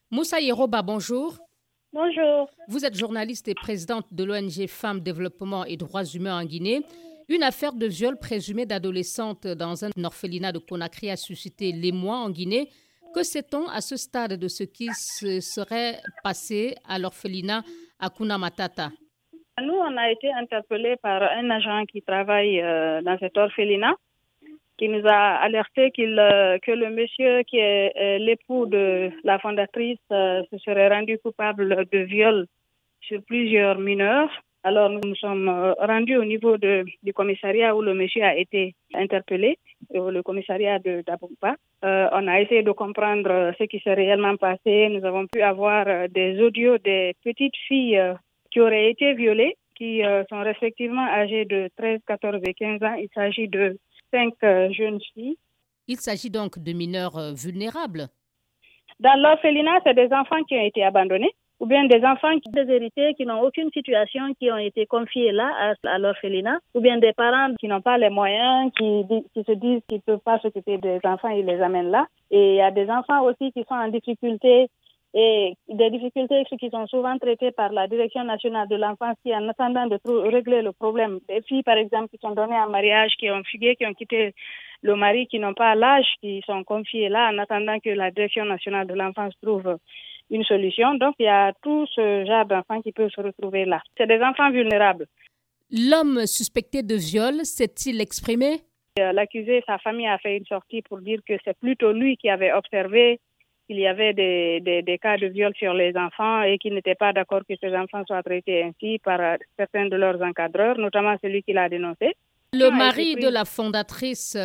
Moussa Yeroba, bonjour. Bonjour. Vous êtes journaliste et présidente de l'ONG Femmes, Développement et Droits Humains en Guinée. Une affaire de viol présumé d'adolescente dans un orphelinat de Conakry a suscité l'émoi en Guinée. Que sait-on à ce stade de ce qui se serait passé à l'orphelinat à Kuna Matata? Nous, on a été interpellés par un agent qui travaille dans cet orphelinat qui nous a alerté que le monsieur qui est l'époux de la fondatrice se serait rendu coupable de viol sur plusieurs mineurs. Alors, nous nous sommes rendus au niveau du commissariat où le monsieur a été interpellé, le commissariat d'Abompa. On a essayé de comprendre ce qui s'est réellement passé. Nous avons pu avoir des audios des petites filles qui auraient été violées, qui sont respectivement âgées de 13, 14 et 15 ans. Il s'agit de 5 jeunes filles. Il s'agit donc de mineurs vulnérables. Dans l'orphelinat, c'est des enfants qui ont été abandonnés, ou bien des enfants déshérités qui n'ont aucune situation, qui ont été confiés là à l'orphelinat, ou bien des parents qui n'ont pas les moyens, qui se disent qu'ils ne peuvent pas s'occuper des enfants, ils les amènent là. Et il y a des enfants aussi qui sont en difficulté, et des difficultés qui sont souvent traitées par la Direction nationale de l'enfance qui, en attendant de régler le problème, des filles par exemple qui sont données en mariage, qui ont fugué, qui ont quitté le mari, qui n'ont pas l'âge, qui sont confiées là en attendant que la Direction nationale de l'enfance trouve une solution. Donc, il y a tout ce genre d'enfants qui peuvent se retrouver là. C'est des enfants vulnérables. L'homme suspecté de viol s'est-il exprimé? L'accusé, sa famille a fait une sortie pour dire que c'est plutôt lui qui avait observé qu'il y avait des cas de viol sur les enfants et qu'il n'était pas d'accord que ces enfants soient traités ainsi par certains de leurs encadreurs, notamment celui qui l'a dénoncé. Le mari de la fondatrice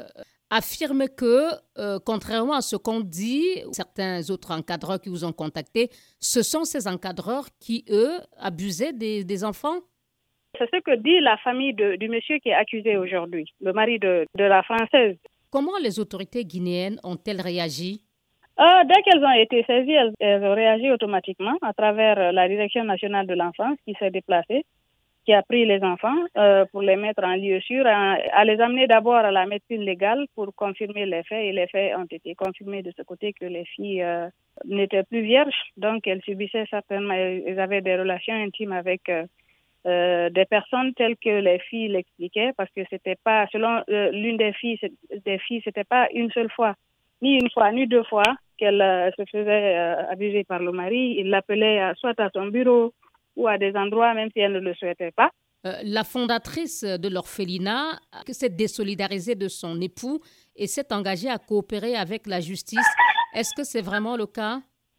affirme que, contrairement à ce qu'on dit, certains autres encadreurs qui vous ont contacté, ce sont ces encadreurs qui, eux, abusaient des enfants? C'est ce que dit la famille du monsieur qui est accusé aujourd'hui, le mari de la Française. Comment les autorités guinéennes ont-elles réagi? Dès qu'elles ont été saisies, elles ont réagi automatiquement à travers la Direction nationale de l'enfance qui s'est déplacée, qui a pris les enfants pour les mettre en lieu sûr, à les amener d'abord à la médecine légale pour confirmer les faits. Et les faits ont été confirmés de ce côté que les filles n'étaient plus vierges, donc elles subissaient certainement, elles avaient des relations intimes avec des personnes telles que les filles l'expliquaient, parce que c'était pas, selon l'une des filles, c'était pas une seule fois, ni une fois, ni deux fois qu'elle se faisait abuser par le mari. Il l'appelait soit à son bureau ou à des endroits, même si elle ne le souhaitait pas. La fondatrice de l'orphelinat s'est désolidarisée de son époux et s'est engagée à coopérer avec la justice. Est-ce que c'est vraiment le cas?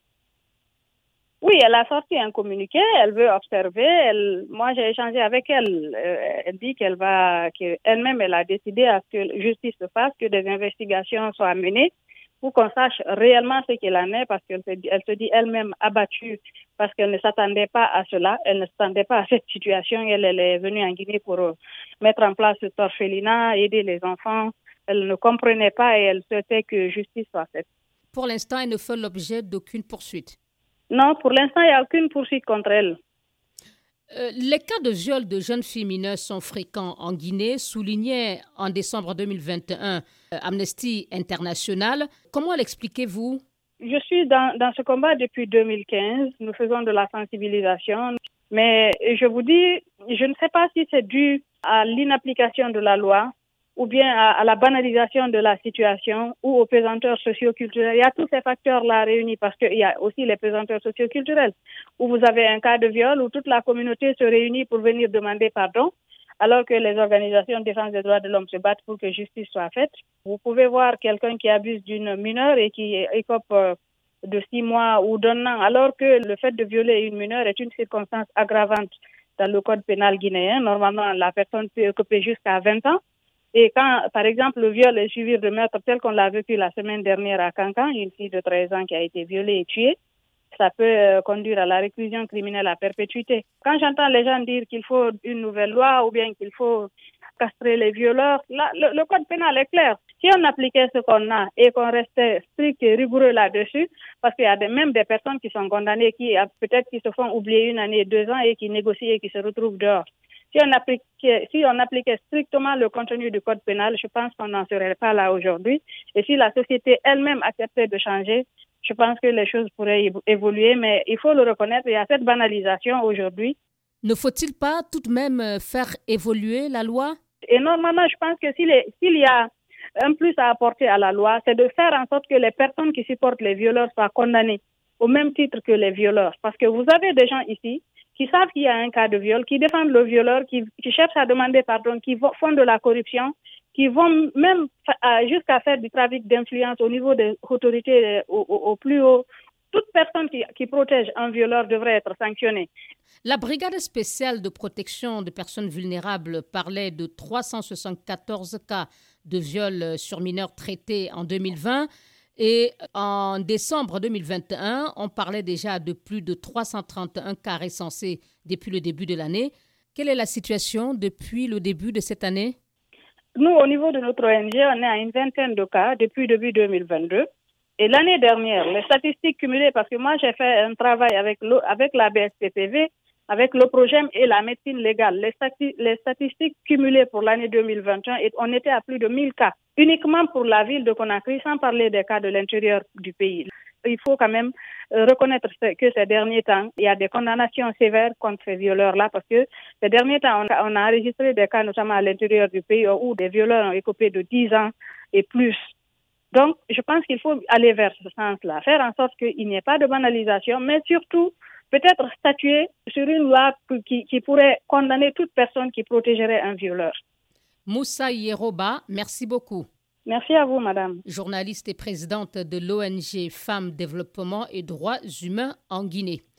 Oui, elle a sorti un communiqué, elle veut observer. Moi, j'ai échangé avec elle. Elle dit qu'elle-même, elle a décidé à ce que justice se fasse, que des investigations soient menées pour qu'on sache réellement ce qu'il en est, parce qu'elle se dit elle-même abattue, parce qu'elle ne s'attendait pas à cela, elle ne s'attendait pas à cette situation. Elle est venue en Guinée pour mettre en place cet orphelinat, aider les enfants. Elle ne comprenait pas et elle souhaitait que justice soit faite. Pour l'instant, elle ne fait l'objet d'aucune poursuite. Non, pour l'instant, il n'y a aucune poursuite contre elle. Les cas de viol de jeunes filles mineures sont fréquents en Guinée, soulignait en décembre 2021 Amnesty International. Comment l'expliquez-vous? Je suis dans ce combat depuis 2015. Nous faisons de la sensibilisation. Mais je vous dis, je ne sais pas si c'est dû à l'inapplication de la loi ou bien à la banalisation de la situation ou aux pesanteurs socioculturels. Il y a tous ces facteurs-là réunis parce qu'il y a aussi les pesanteurs socioculturels où vous avez un cas de viol où toute la communauté se réunit pour venir demander pardon alors que les organisations de défense des droits de l'homme se battent pour que justice soit faite. Vous pouvez voir quelqu'un qui abuse d'une mineure et qui écope de 6 mois ou d'un an, alors que le fait de violer une mineure est une circonstance aggravante dans le code pénal guinéen. Normalement, la personne peut écoper jusqu'à 20 ans. Et quand, par exemple, le viol est suivi de meurtre tel qu'on l'a vécu la semaine dernière à Cancan, une fille de 13 ans qui a été violée et tuée, ça peut conduire à la réclusion criminelle à perpétuité. Quand j'entends les gens dire qu'il faut une nouvelle loi ou bien qu'il faut castrer les violeurs, là, le code pénal est clair. Si on appliquait ce qu'on a et qu'on restait strict et rigoureux là-dessus, parce qu'il y a même des personnes qui sont condamnées qui peut-être qui se font oublier 1 année, 2 ans et qui négocient et qui se retrouvent dehors. Si on appliquait strictement le contenu du code pénal, je pense qu'on n'en serait pas là aujourd'hui. Et si la société elle-même acceptait de changer, je pense que les choses pourraient évoluer, mais il faut le reconnaître, il y a cette banalisation aujourd'hui. Ne faut-il pas tout de même faire évoluer la loi? Et normalement, je pense que s'il y a un plus à apporter à la loi, c'est de faire en sorte que les personnes qui supportent les violeurs soient condamnées au même titre que les violeurs. Parce que vous avez des gens ici qui savent qu'il y a un cas de viol, qui défendent le violeur, qui cherchent à demander pardon, qui font de la corruption, qui vont même jusqu'à faire du trafic d'influence au niveau des autorités au plus haut. Toute personne qui protège un violeur devrait être sanctionnée. La brigade spéciale de protection de personnes vulnérables parlait de 374 cas de viol sur mineurs traités en 2020. Et en décembre 2021, on parlait déjà de plus de 331 cas recensés depuis le début de l'année. Quelle est la situation depuis le début de cette année? Nous, au niveau de notre ONG, on est à une vingtaine de cas depuis début 2022. Et l'année dernière, les statistiques cumulées, parce que moi j'ai fait un travail avec la BSPPV, avec le Progem et la médecine légale, les statistiques cumulées pour l'année 2021, on était à plus de 1000 cas, uniquement pour la ville de Conakry, sans parler des cas de l'intérieur du pays. Il faut quand même reconnaître que ces derniers temps, il y a des condamnations sévères contre ces violeurs-là, parce que ces derniers temps, on a enregistré des cas, notamment à l'intérieur du pays, où des violeurs ont écopé de 10 ans et plus. Donc, je pense qu'il faut aller vers ce sens-là, faire en sorte qu'il n'y ait pas de banalisation, mais surtout, peut-être statuer sur une loi qui pourrait condamner toute personne qui protégerait un violeur. Moussa Yeroba, merci beaucoup. Merci à vous, madame. Journaliste et présidente de l'ONG Femmes, Développement et Droits Humains en Guinée.